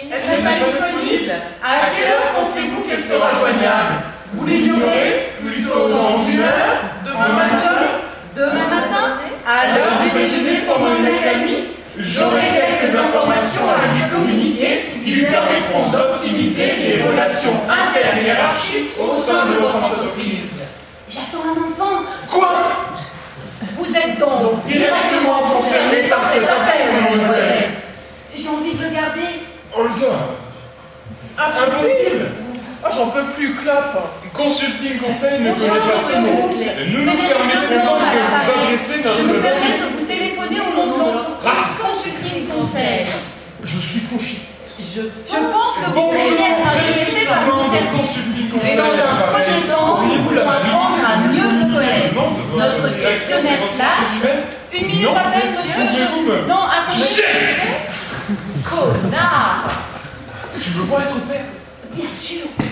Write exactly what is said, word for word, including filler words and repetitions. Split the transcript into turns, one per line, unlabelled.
Elle n'est pas disponible. À quelle heure pensez-vous qu'elle sera joignable? Vous l'ignorez? Plutôt dans une heure? Demain matin?
Demain matin?
À l'heure du déjeuner pendant une accalmie? J'aurai quelques informations à lui communiquer qui lui permettront d'optimiser les relations interhiérarchiques au sein de votre entreprise.
J'attends un enfant.
Quoi?
Vous êtes donc
Directement concerné par cet appel, mademoiselle.
J'ai envie de le garder.
Olga.
Impossible.
Ah, j'en peux plus, clap. Consulting Conseil ne connaît pas ce mot. Nous nous
Frédéric
permettrons
Leblanc
donc
à
de vous
l'appareil.
adresser
Je
notre
me permets de vous téléphoner au nom de l'entreprise
Ah.
Consulting Conseil.
Je suis fauché.
Je, je pense que vous
Bonjour,
pourriez être intéressé par nos services.
Consulting
Mais
Conseil.
dans un premier temps, nous
Auriez-vous
voulons
la
apprendre à mieux vous connaître.
nom de votre
Notre
direction
questionnaire
des ressources
flash.
humaines?
Une minute
Non,
à peine, monsieur.
pouvez-vous me-
Je... Non, à
J'ai-
Connard.
Tu veux pas être père?
Bien sûr.